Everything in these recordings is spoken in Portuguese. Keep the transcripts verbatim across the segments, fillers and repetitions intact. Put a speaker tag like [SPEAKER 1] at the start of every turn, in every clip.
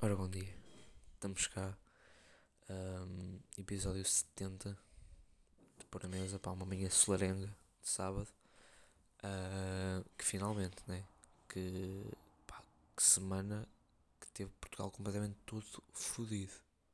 [SPEAKER 1] Ora, bom dia, estamos cá, ahm, episódio setenta de Pôr a Mesa, pá, uma manhã solarenga de sábado, ah, que finalmente, né, que, pá, que semana que teve Portugal completamente tudo fodido.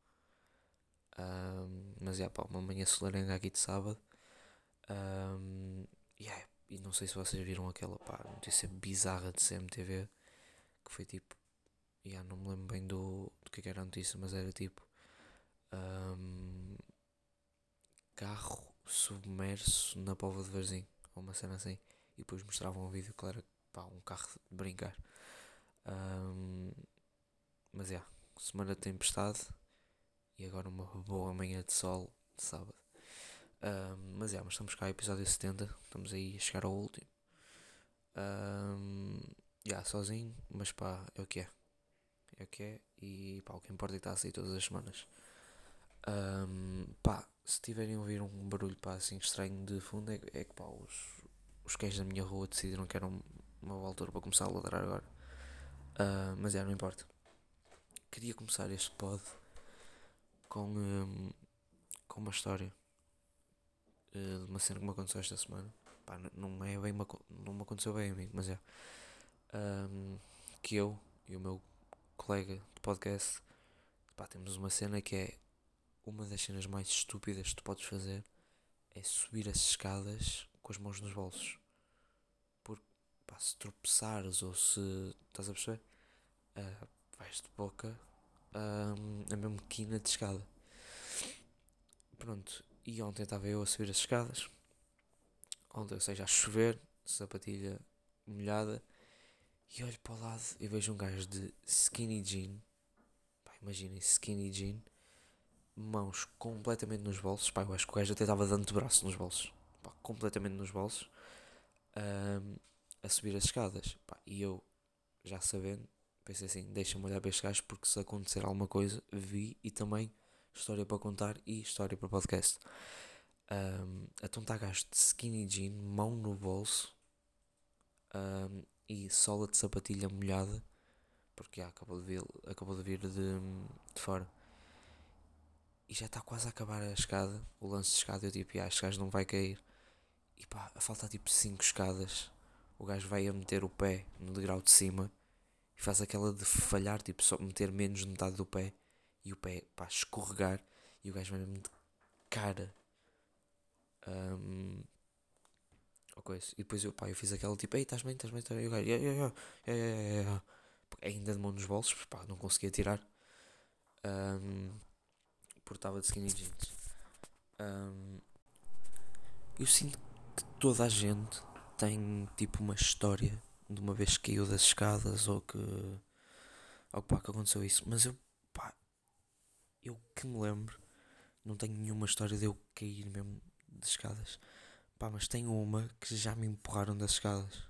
[SPEAKER 1] Ahm, mas é, pá, uma manhã solarenga aqui de sábado, ahm, yeah, e não sei se vocês viram aquela, pá, notícia bizarra de C M T V, que foi tipo, yeah, não me lembro bem do, do que é que era a notícia, mas era tipo... ahm, carro submerso na Póvoa de Varzim, ou uma cena assim. E depois mostravam um vídeo que era, pá, um carro de brincar. Ahm, mas é, yeah, semana de tempestade e agora uma boa manhã de sol de sábado. Ahm, mas é, yeah, mas estamos cá, episódio setenta, estamos aí a chegar ao último. Um, yeah, sozinho, mas pá, é o que é. É o que é e pá, o que importa é que está a sair todas as semanas. Ahm, pá, se tiverem a ouvir um barulho pá, assim estranho de fundo, é, é que pá, os, os cães da minha rua decidiram que era um- uma boa altura para começar a ladrar agora. Ah, mas é, não importa. Queria começar este pod com, hum, com uma história eh, de uma cena que me aconteceu esta semana. Pá, n- não é bem uma, co- não me aconteceu bem a mim, mas é. Ahm, que eu e o meu colega de podcast, pá, temos uma cena que é uma das cenas mais estúpidas que tu podes fazer é subir as escadas com as mãos nos bolsos. Porque, pá, se tropeçares ou se. Estás a perceber? Ah, vais de boca ah, a mesmo quina de escada. Pronto. E ontem estava eu a subir as escadas. Ontem, ou seja, a chover, sapatilha molhada. E olho para o lado e vejo um gajo de skinny jean. Pá, imaginem, skinny jean. Mãos completamente nos bolsos. Pá, eu acho que o gajo até estava dando de braço nos bolsos. Pá, completamente nos bolsos. ahm, a subir as escadas. Pá, e eu, já sabendo, pensei assim: deixa-me olhar para estes gajos porque se acontecer alguma coisa, vi e também história para contar e história para podcast. Um, então está gajo de skinny jean, mão no bolso ahm, e sola de sapatilha molhada porque já, acabou de vir, acabou de, vir de, de fora. E já está quase a acabar a escada, o lance de escada. Eu tipo, ah, este gajo não vai cair. E pá, a falta tipo cinco escadas. O gajo vai a meter o pé no degrau de cima e faz aquela de falhar, tipo, só meter menos de metade do pé e o pé, pá, escorregar e o gajo vai mesmo de cara um, ou coisa. E depois eu, pá, eu fiz aquela tipo, ei, estás bem, estás bem, estás bem, e o gajo, yeah, yeah, yeah, yeah, yeah, yeah. Ainda de mão nos bolsos, pá, não conseguia tirar, um, porque estava de skinny jeans. Um, eu sinto que toda a gente tem, tipo, uma história de uma vez que caiu das escadas ou que, ou pá, que aconteceu isso, mas eu, pá, eu que me lembro, não tenho nenhuma história de eu cair mesmo de escadas. Pá, mas tenho uma que já me empurraram das escadas.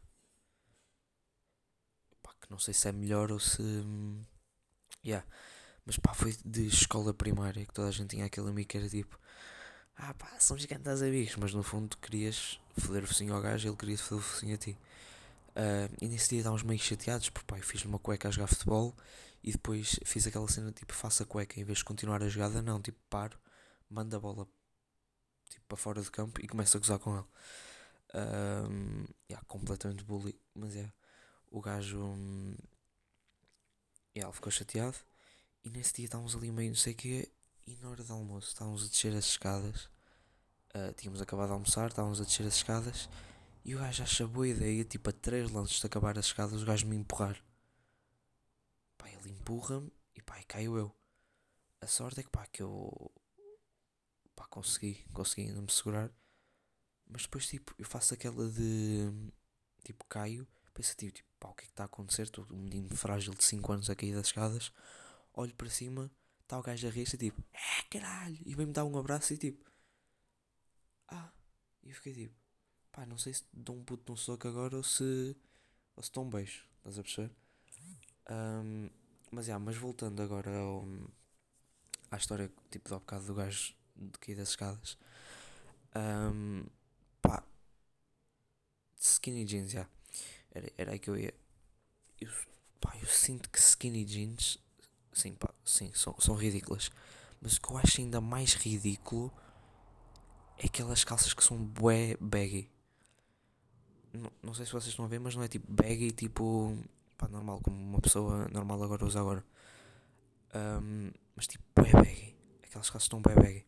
[SPEAKER 1] Pá, que não sei se é melhor ou se. hum, Yeah. Mas pá, foi de escola primária que toda a gente tinha aquele amigo que era tipo: ah pá, somos grandes amigos, mas no fundo tu querias foder o focinho ao gajo e ele queria foder o focinho a ti. Ah, e nesse dia estávamos meio chateados porque pá, eu fiz uma cueca a jogar futebol e depois fiz aquela cena tipo: faço a cueca em vez de continuar a jogada, não, tipo, paro, mando a bola tipo para fora do campo e começo a gozar com ele. Um, yeah, completamente bully, mas é, yeah, o gajo, um, yeah, ele ficou chateado e nesse dia estávamos ali meio não sei o quê e na hora do almoço estávamos a descer as escadas, uh, tínhamos acabado de almoçar, estávamos a descer as escadas e o gajo achou boa ideia, tipo a três lances de acabar as escadas, o gajo me empurrar. Pá, ele empurra-me e pá, e caio eu. A sorte é que pá, que eu pá, consegui, consegui ainda me segurar, mas depois tipo, eu faço aquela de tipo, caio, penso tipo, tipo pá, o que é que está a acontecer? Estou um menino frágil de cinco anos a cair das escadas, olho para cima, está o gajo a rir-se tipo, é caralho, e vem-me dar um abraço e tipo, ah, e eu fiquei tipo, pá, não sei se dou um puto num soco agora ou se, ou se dou um beijo, estás a perceber? Um, mas é, yeah, mas voltando agora ao, à história tipo do bocado do gajo de cair das escadas, um, pá, skinny jeans, já, yeah, era, era aí que eu ia. Eu, pá, eu sinto que skinny jeans sim, pá, sim, são, são ridículas. Mas o que eu acho ainda mais ridículo é aquelas calças que são bué baggy. Não, não sei se vocês estão a ver, mas não é tipo baggy, tipo, pá, normal, como uma pessoa normal agora usa agora. Um, mas tipo, bué baggy. Aquelas calças estão bué baggy.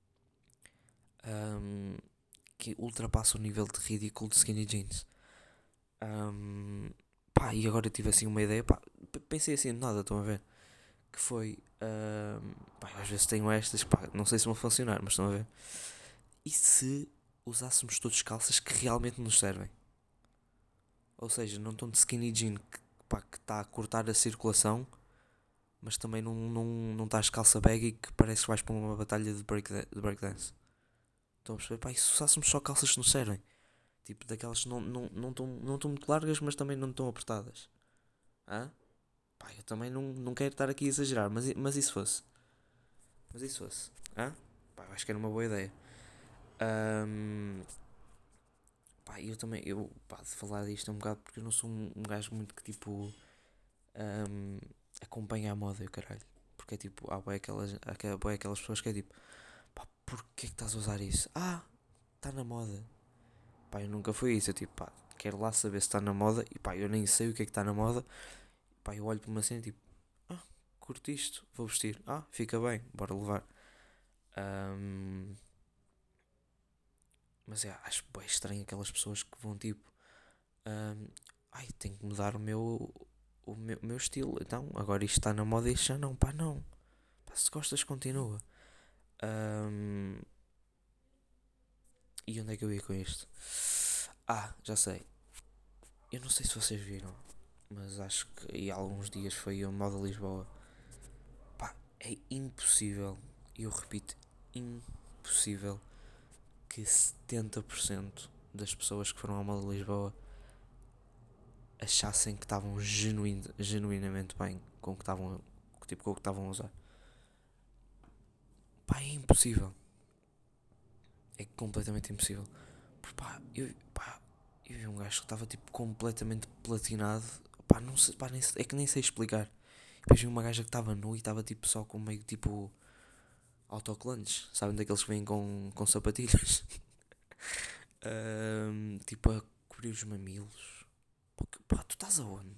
[SPEAKER 1] Um, que ultrapassa o nível de ridículo de skinny jeans. Um, pá, e agora eu tive assim uma ideia, pá, pensei assim de nada, estão a ver? Que foi, um, pá, às vezes tenho estas, pá, não sei se vão funcionar, mas estão a ver? E se usássemos todos calças que realmente nos servem? Ou seja, não estão de skinny jean que pá, que está a cortar a circulação, mas também não estás não, não estás calça baggy que parece que vais para uma batalha de, break de breakdance. Estão a perceber? Pá, e se usássemos só calças que nos servem? Tipo, daquelas que não estão não, não não não muito largas, mas também não estão apertadas. Hã? Pá, eu também não, não quero estar aqui a exagerar, mas, mas e se fosse? Mas e se fosse? Hã? Pá, eu acho que era uma boa ideia. Um, pá, eu também, eu, pá, de falar disto é um bocado porque eu não sou um, um gajo muito que tipo um, acompanha a moda e o caralho. Porque é tipo, há bué aquelas, há bué aquelas pessoas que é tipo, pá, porquê que estás a usar isso? Ah, está na moda. Pá, eu nunca fui isso. Eu tipo, pá, quero lá saber se está na moda e pá, eu nem sei o que é que está na moda. Pá, eu olho para uma cena e tipo, ah, curto isto, vou vestir. Ah, fica bem, bora levar. Um, mas é, acho bem estranho aquelas pessoas que vão tipo, um, ai, tenho que mudar o meu, o meu, o meu estilo. Então, agora isto está na moda e isto já não, pá, não. Pá, se gostas, continua. Um, e onde é que eu ia com isto? Ah, já sei. Eu não sei se vocês viram, mas acho que há alguns dias foi a moda Lisboa. Pá, é impossível, e eu repito, impossível que setenta por cento das pessoas que foram à moda Lisboa achassem que estavam genuin, genuinamente bem com o que estavam, tipo, com o que estavam a usar. Pá, é impossível. É completamente impossível. Porque, pá, eu, pá, eu vi um gajo que estava tipo completamente platinado. Pá, não sei, pá, nem, é que nem sei explicar. Depois vi uma gaja que estava nua e estava tipo só com meio tipo autocolantes. Sabem daqueles que vêm com, com sapatilhas? um, tipo a cobrir os mamilos. Pá, pá, tu estás aonde?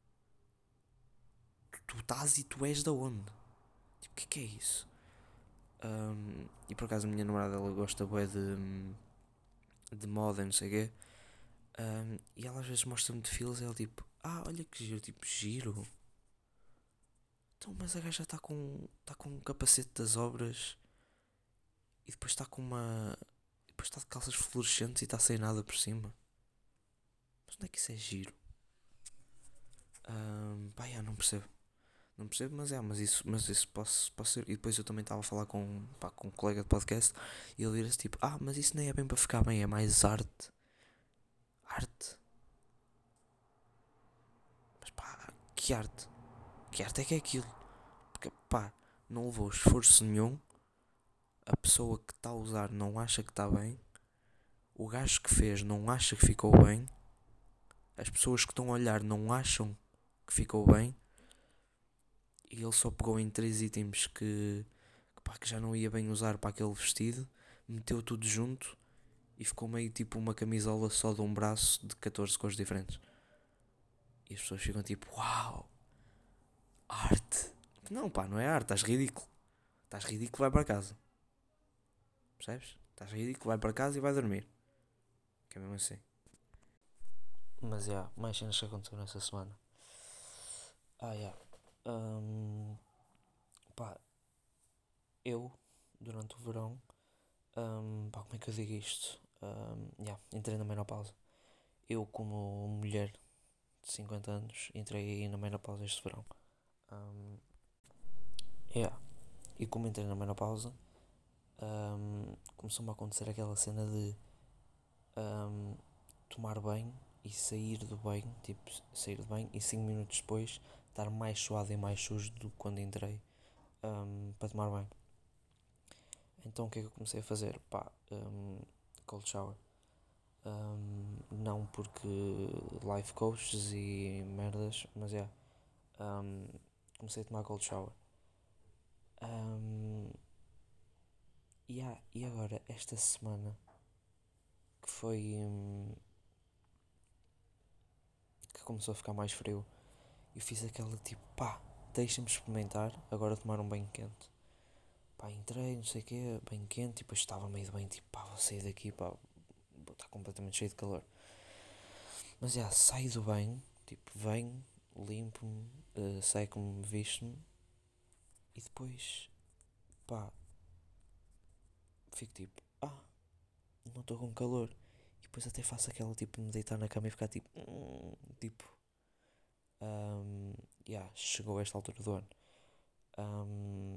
[SPEAKER 1] Tu, tu estás e tu és da onde? Tipo, o que é que é isso? Um, e por acaso a minha namorada ela gosta bué de, de moda, não sei o quê. Um, e ela às vezes mostra-me de filas e ela tipo, ah, olha que giro, tipo, giro. Então, mas a gaja está com, tá com um capacete das obras e depois está com uma. Depois está de calças fluorescentes e está sem nada por cima. Mas onde é que isso é giro? Um, pá, já, não percebo. Não percebo, mas é, mas isso, mas isso posso, posso ser. E depois eu também estava a falar com, pá, com um colega de podcast e ele disse tipo, ah, mas isso nem é bem para ficar bem, é mais arte. Arte? Mas pá, que arte? Que arte é que é aquilo? Porque pá, não levou esforço nenhum, a pessoa que está a usar não acha que está bem, o gajo que fez não acha que ficou bem, as pessoas que estão a olhar não acham que ficou bem, e ele só pegou em três itens que, que, pá, que já não ia bem usar para aquele vestido, meteu tudo junto e ficou meio tipo uma camisola só de um braço de catorze cores diferentes. E as pessoas ficam tipo, uau, arte. Não, pá, não é arte, estás ridículo. Estás ridículo, vai para casa. Percebes? Estás ridículo, vai para casa e vai dormir. Que é mesmo assim. Mas já, yeah, mais cenas que aconteceram nessa semana. Ah, já. Yeah. Um, pá, eu, durante o verão, um, pá, como é que eu digo isto? Um, yeah, entrei na menopausa. Eu, como mulher de cinquenta anos, entrei na menopausa este verão. Um, yeah. E como entrei na menopausa, um, começou-me a acontecer aquela cena de um, tomar banho e sair do banho, tipo, sair do banho e cinco minutos depois estar mais suado e mais sujo do que quando entrei um, para tomar banho. Então o que é que eu comecei a fazer? Pá, um, cold shower. Um, não porque life coaches e merdas, mas é. Yeah, um, comecei a tomar cold shower. Um, e, ah, e agora, esta semana, que foi. hum, que começou a ficar mais frio, eu fiz aquela tipo, pá, deixa-me experimentar, agora tomar um banho quente. Pá, entrei, não sei o quê, banho quente, e depois estava meio de banho, tipo, pá, vou sair daqui, pá, vou estar completamente cheio de calor. Mas já, saio do banho, tipo, venho, limpo-me, uh, seco-me, visto-me, e depois, pá, fico tipo, ah, não estou com calor. E depois até faço aquela tipo de me deitar na cama e ficar tipo, hum, tipo, um, yeah, chegou esta altura do ano. Um,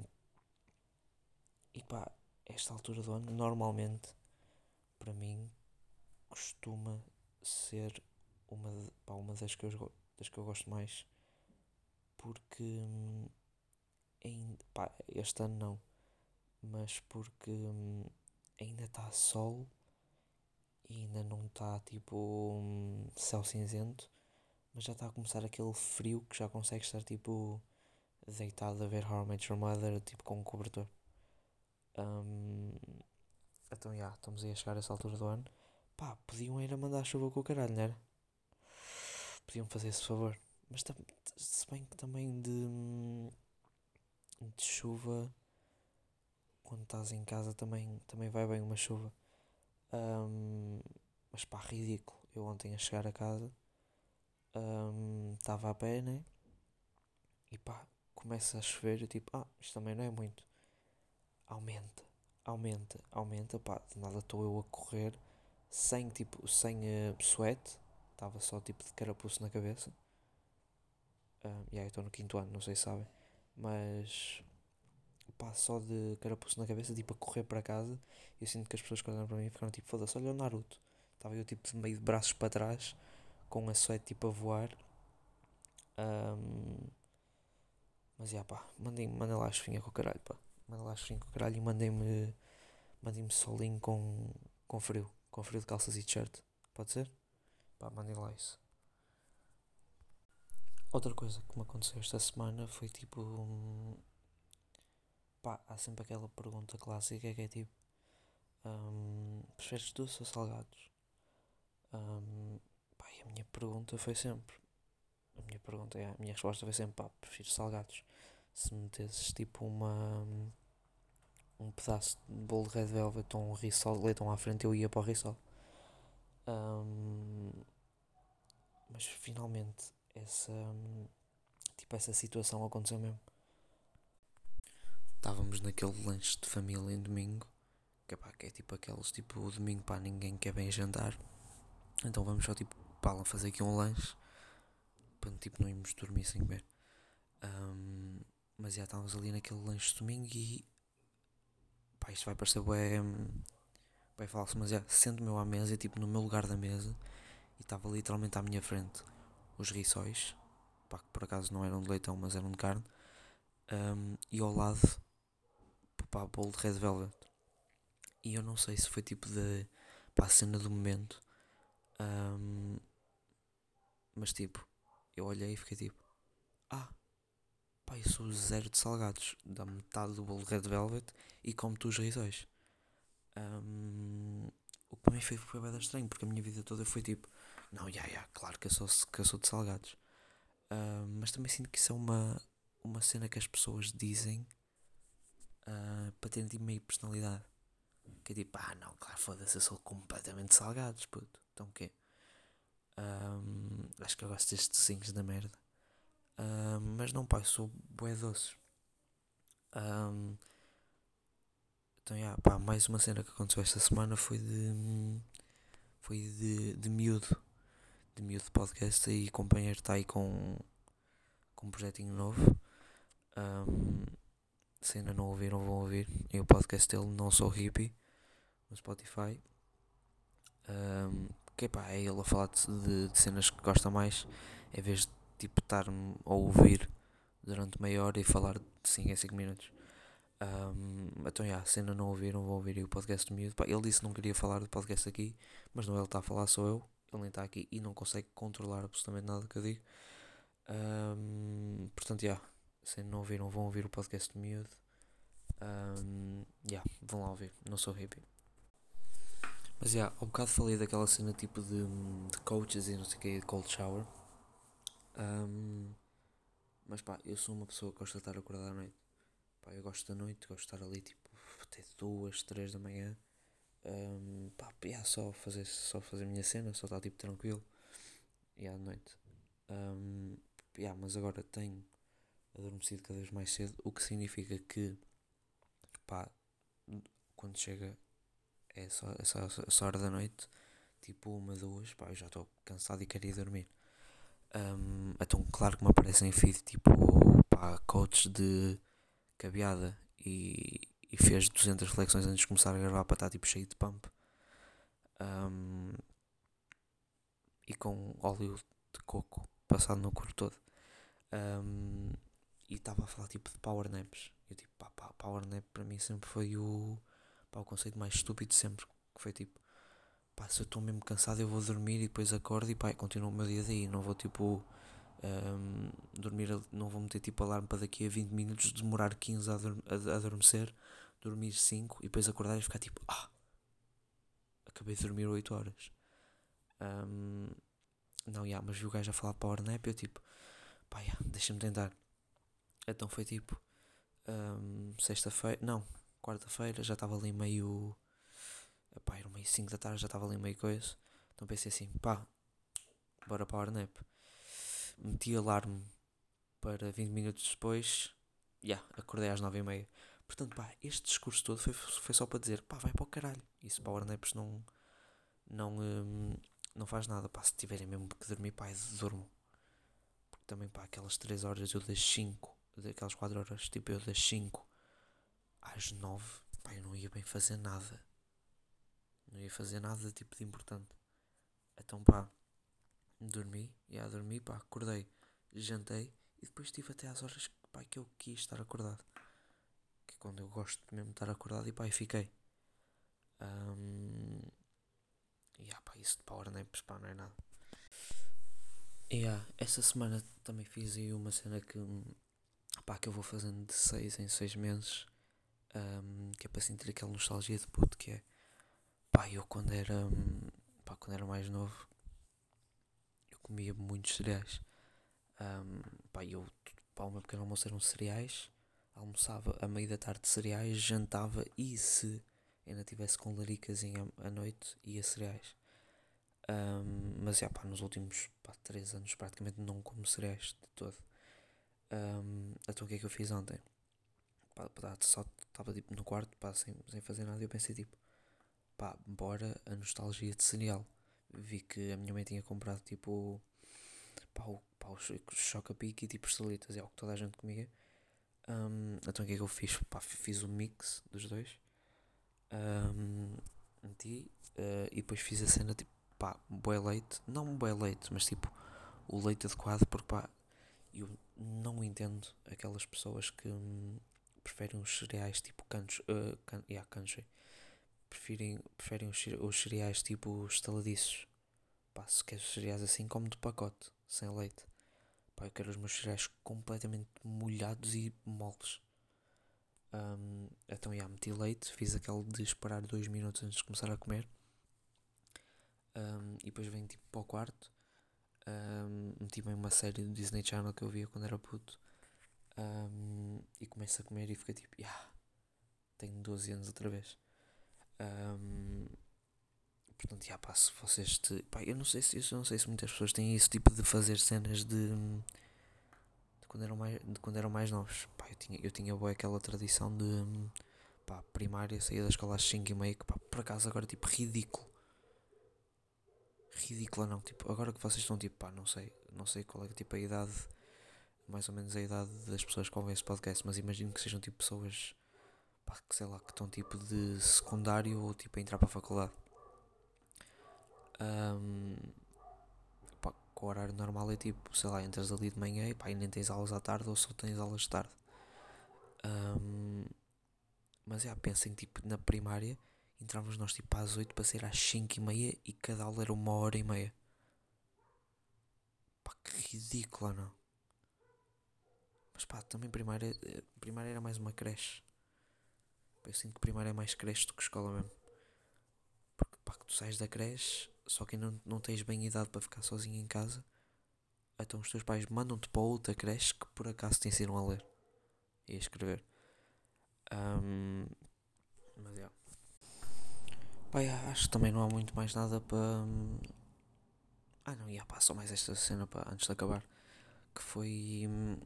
[SPEAKER 1] e pá, esta altura do ano normalmente, para mim, costuma ser uma, de- pá, uma das, que eu, das que eu gosto mais, porque hum, ainda, pá, este ano não, mas porque hum, ainda está sol e ainda não está tipo hum, céu cinzento, mas já está a começar aquele frio que já consegue estar tipo deitado a ver How I Met Your Mother tipo com um cobertor. Hum, então já, estamos aí a chegar a essa altura do ano. Pá, podiam ir a mandar chuva com o caralho, não era? Podiam fazer esse favor. Mas tam- se bem que também de, hum, de chuva, quando estás em casa também, também vai bem uma chuva. Hum, mas pá, ridículo. Eu ontem a chegar a casa, estava a pé, né? E pá, começa a chover, eu tipo, ah, isto também não é muito. Aumenta, aumenta, aumenta, pá, de nada estou eu a correr, sem tipo, sem uh, suete, estava só tipo de carapuço na cabeça. Um, e aí estou no quinto ano, não sei se sabem, mas pá, só de carapuço na cabeça, tipo a correr para casa, eu sinto que as pessoas que olharam para mim ficaram tipo, foda-se, olha o Naruto. Estava eu tipo meio de braços para trás, com a suete tipo a voar. Um, mas já pá, mandei, mandei lá a chuvinha com o caralho, pá. Mandei lá a chuvinha com o caralho e mandei-me mandei-me solinho com, com frio, com frio de calças e t-shirt. Pode ser? Pá, mandei lá isso. Outra coisa que me aconteceu esta semana foi tipo. hum, Pá, há sempre aquela pergunta clássica que é tipo. hum, preferes doce ou salgados? Hum, pá, e a minha pergunta foi sempre. A minha pergunta é. A minha resposta foi sempre, pá, prefiro salgados. Se me metesses tipo uma. Um pedaço de bolo de Red Velvet ou um rissol de leitão à frente, eu ia para o rissol. Hum, mas finalmente essa, tipo, essa situação aconteceu mesmo. Estávamos naquele lanche de família em domingo, que, pá, que é tipo aqueles, tipo, o domingo, pá, ninguém quer bem jantar, então vamos só, tipo, pá, lá fazer aqui um lanche, para, tipo, não irmos dormir sem comer. Um, mas já estávamos ali naquele lanche de domingo e, pá, isto vai parecer bem, bem falso, mas já, sendo meu à mesa, tipo, no meu lugar da mesa, e estava literalmente à minha frente os rissóis, pá, que por acaso não eram de leitão, mas eram de carne, um, e ao lado, pá, bolo de Red Velvet. E eu não sei se foi tipo de, pá, a cena do momento, um, mas tipo, eu olhei e fiquei tipo, ah, pá, eu sou zero de salgados, dá metade do bolo de Red Velvet e como tu os rissóis. Um, o que para mim foi, foi bem estranho, porque a minha vida toda foi tipo, não, já, yeah, yeah, claro que eu sou, que eu sou de salgados. Um, mas também sinto que isso é uma, uma cena que as pessoas dizem uh, para terem tipo meio personalidade. Que é tipo, ah não, claro, foda-se, eu sou completamente salgados, puto. Então o quê? Um, acho que eu gosto destes docinhos da merda. Um, mas não, pá, eu sou bué doces. Um, então, yeah, pá, mais uma cena que aconteceu esta semana foi de. Foi de, de miúdo. De miúdo podcast. Aí, companheiro está aí com, com um projetinho novo. Um, se ainda não ouviram, vão ouvir. E o podcast dele, Não Sou Hippie, no Spotify. Um, que pá, é ele a falar de, de cenas que gosta mais, em vez de tipo estar-me a ouvir durante meia hora e falar de cinco em cinco minutos. Um, então, já, se ainda não ouviram, vou ouvir o podcast do miúdo. Pá, ele disse que não queria falar do podcast aqui, mas não é ele está a falar, sou eu. Ele nem está aqui e não consegue controlar absolutamente nada que eu digo. Um, portanto, já, Se não ouviram, vão ouvir o podcast do miúdo. Um, yeah, vão lá ouvir, não sou hippie. Mas já, yeah, ao bocado falei daquela cena tipo de, de coaches e não sei o que, de cold shower. Um, mas pá, eu sou uma pessoa que gosta de estar acordada à noite. Pá, eu gosto da noite, gosto de estar ali tipo até duas, três da manhã. Um, pá, yeah, só fazer só fazer a minha cena, só estar tipo tranquilo. E yeah, à noite. Um, yeah, mas agora tenho adormecido cada vez mais cedo, o que significa que pá, quando chega essa, essa, essa hora da noite, tipo uma, duas, pá, eu já estou cansado e quero ir dormir. Um, então claro que me aparecem feed tipo pá, coaches de cabeada e, e fez duzentas flexões antes de começar a gravar para estar tipo cheio de pump. Um, e com óleo de coco passado no corpo todo. Um, e estava a falar tipo de power naps. Eu tipo, pá, pá, power nap para mim sempre foi o, pá, o conceito mais estúpido de sempre. Que foi tipo, pá, se eu estou mesmo cansado eu vou dormir e depois acordo e pá, continuo o meu dia daí. Não vou tipo um, dormir, não vou meter tipo alarme para daqui a vinte minutos, demorar quinze a, adorme, a, a adormecer, dormir cinco e depois acordar e ficar tipo, ah, acabei de dormir oito horas. Um, não, yeah, mas vi o gajo a falar power nap e eu tipo, pá, yeah, deixa-me tentar. Então foi tipo, um, sexta-feira, não, quarta-feira, já estava ali meio, pá, era meio cinco da tarde, já estava ali meio coisa. Então pensei assim, pá, bora power nap. Meti alarme para vinte minutos depois, já, yeah, acordei às nove e meia. Portanto, pá, este discurso todo foi, foi só para dizer, pá, vai para o caralho. Isso power naps não, não, um, não faz nada, pá, se tiverem mesmo que dormir, pá, durmo. Porque também, pá, aquelas três horas, eu das cinco, aquelas quatro horas, tipo, eu das cinco às nove, pá, eu não ia bem fazer nada. Não ia fazer nada, tipo, de importante. Então, pá, dormi, ia dormir, pá, acordei, jantei e depois estive até às horas, pá, que eu quis estar acordado. Que é quando eu gosto mesmo de estar acordado e, pá, e fiquei. Um, e, ah, pá, isso de power naps, pá, não é nada. E, ah, essa semana também fiz aí uma cena que, pá, que eu vou fazendo de seis em seis meses. Um, que é para sentir aquela nostalgia de puto que é, pá, eu quando era, pá, quando era mais novo, eu comia muitos cereais. Um, pá, eu, pá, o meu pequeno almoço eram cereais, almoçava a meio da tarde cereais, jantava e se ainda tivesse com laricas à noite, ia cereais. Um, mas, já, pá, nos últimos três anos praticamente não como cereais de todo. Um, então o que é que eu fiz ontem? Pá, pá, só estava tipo, no quarto, pá, sem, sem fazer nada e eu pensei tipo, pá, bora a nostalgia de cereal. Vi que a minha mãe tinha comprado tipo, pá, o, pá, os Choca-Pique e tipo estalitas, é o que toda a gente comia. Um, então o que é que eu fiz? Pá, fiz o mix dos dois. Um, meti uh, e depois fiz a cena tipo, pá, bué leite. Não bué leite, mas tipo, o leite adequado porque pá, eu não entendo aquelas pessoas que hum, preferem os cereais tipo cancho, uh, can, yeah, cancho, preferem, preferem os, os cereais tipo estaladiços. Pá, se queres cereais assim, como de pacote, sem leite. Pá, eu quero os meus cereais completamente molhados e moles. Um, então, já, meti leite, fiz aquele de esperar dois minutos antes de começar a comer. Um, e depois venho tipo para o quarto. Um, meti bem uma série do Disney Channel que eu via quando era puto. Um, e começo a comer e fica tipo, yeah, tenho doze anos outra vez. Um, portanto, já, pá, se vocês te, pá, eu não sei se eu não sei se muitas pessoas têm esse tipo de fazer cenas de, de quando eram mais de quando eram mais novos. Pá, eu tinha eu tinha boa aquela tradição de, pá, primária, saía da escola às cinco e meia, que pá, por acaso agora tipo ridículo. Ridícula não, tipo, agora que vocês estão tipo, pá, não sei, não sei qual é tipo a idade, mais ou menos a idade das pessoas que ouvem esse podcast, mas imagino que sejam tipo pessoas, pá, que sei lá, que estão tipo de secundário ou tipo a entrar para a faculdade. Um, pá, o horário normal é tipo, sei lá, entras ali de manhã e pá, e nem tens aulas à tarde ou só tens aulas de tarde. Um, mas já, pensem tipo na primária, entrávamos nós tipo às oito para sair às cinco e meia e cada aula era uma hora e meia. Pá, que ridícula, não? Mas pá, também primária, eh, primária era mais uma creche. Pá, eu sinto que primária é mais creche do que escola mesmo. Porque pá, que tu sais da creche, só que não, não tens bem idade para ficar sozinho em casa. Então os teus pais mandam-te para outra creche que por acaso te ensinam a ler e a escrever. Ahm, mas é. Pá, yeah, acho que também não há muito mais nada para. hum, Ah não, yeah, pá, só mais esta cena pá, antes de acabar. Que foi. hum,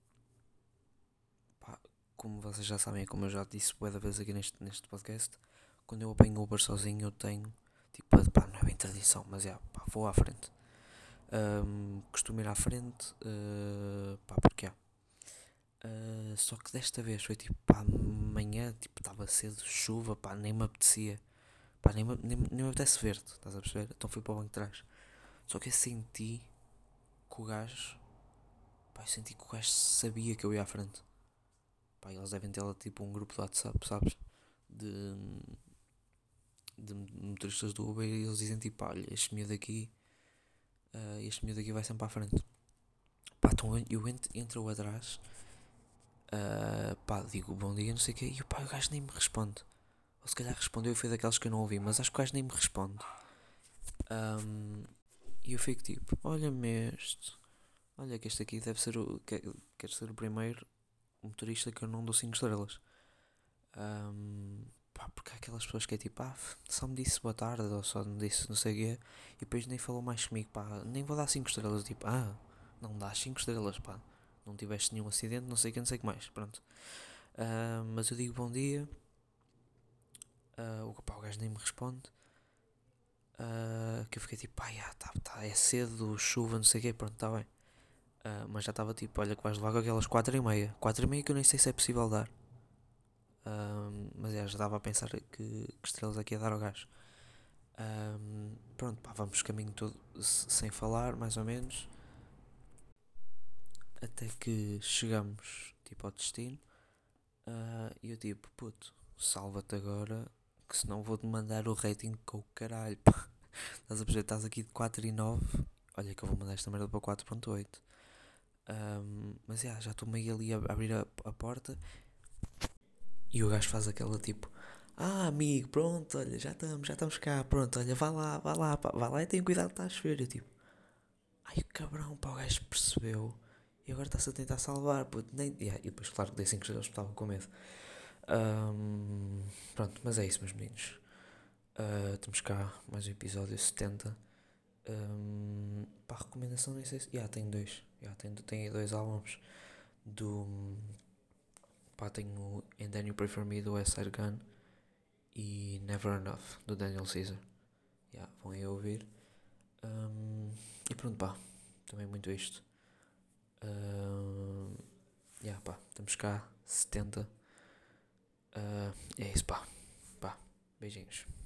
[SPEAKER 1] Pá, como vocês já sabem, como eu já disse bué da vez aqui neste, neste podcast, quando eu apanho Uber sozinho eu tenho. Tipo, pá, não é bem tradição, mas é, pá, vou à frente. Ahm, costumo ir à frente, eh, pá, porque é. Ah, só que desta vez foi tipo, pá, amanhã, tipo, estava cedo, chuva, pá, nem me apetecia. Pá, nem me, nem, me- nem me apetece ver-te, estás a perceber? Então fui para o banco de trás. Só que eu senti que o gajo, pá, eu senti que o gajo sabia que eu ia à frente. Pá, eles devem ter lá tipo um grupo de WhatsApp, sabes? De, de motoristas do Uber e eles dizem tipo, olha, este miúdo aqui, ah, este miúdo aqui vai sempre à frente. Pá, então eu eu entro, entro atrás, ah, pá, digo bom dia, não sei o quê, e pá, o gajo nem me responde. Ou se calhar respondeu e foi daqueles que eu não ouvi, mas acho que o gajo nem me responde. Ahm, e eu fico tipo, olha-me este, olha que este aqui deve ser o, quer, quer ser o primeiro motorista que eu não dou cinco estrelas. Ahm, pá, porque há aquelas pessoas que é tipo, ah, só me disse boa tarde, ou só me disse não sei o quê, e depois nem falou mais comigo, pá, nem vou dar cinco estrelas, tipo, ah, não dás cinco estrelas, pá, não tiveste nenhum acidente, não sei o que, não sei o que mais, pronto. Ah, mas eu digo bom dia, ah, o, pá, o gajo nem me responde, ah, que eu fiquei tipo, pá, já, tá, tá, é cedo, chuva, não sei o quê, pronto, tá bem. Ah, mas já estava tipo, olha que vais levar com aquelas quatro e meia, quatro e meia que eu nem sei se é possível dar. Ahm, mas é, já estava a pensar que, que estrelas aqui a dar ao gajo. Ahm, pronto, pá, vamos caminho todo sem falar, mais ou menos, até que chegamos tipo ao destino. Ah, e eu tipo, puto, salva-te agora, que senão vou-te mandar o rating com o caralho. Pá. Estás a perceber? Estás aqui de quatro e nove. Olha que eu vou mandar esta merda para quatro ponto oito. Ahm, mas yeah, já estou meio ali a abrir a, a porta e o gajo faz aquela tipo, ah, amigo, pronto, olha, já estamos, já estamos cá, pronto, olha, vá lá, vá lá, pá, vá lá e tem cuidado, está a chover. Eu tipo, ai, cabrão, pá, o gajo percebeu e agora está-se a tentar salvar, puto, nem. Yeah, e depois, claro que dei cinco estrelas porque estava com medo. Ahm, pronto, mas é isso, meus meninos. Ah, temos cá mais um episódio setenta. Ahm, pá, recomendação, nem sei se. Já, tenho dois. Já, tenho, tenho aí dois álbuns do. Pá, tenho o And Then You Pray For Me do West Side Gun e Never Enough do Daniel Caesar. Yeah, vão aí ouvir. Um, e pronto, pá, também muito isto. Um, yeah, pá, estamos cá, setenta. Uh, é isso, pá, pá, beijinhos.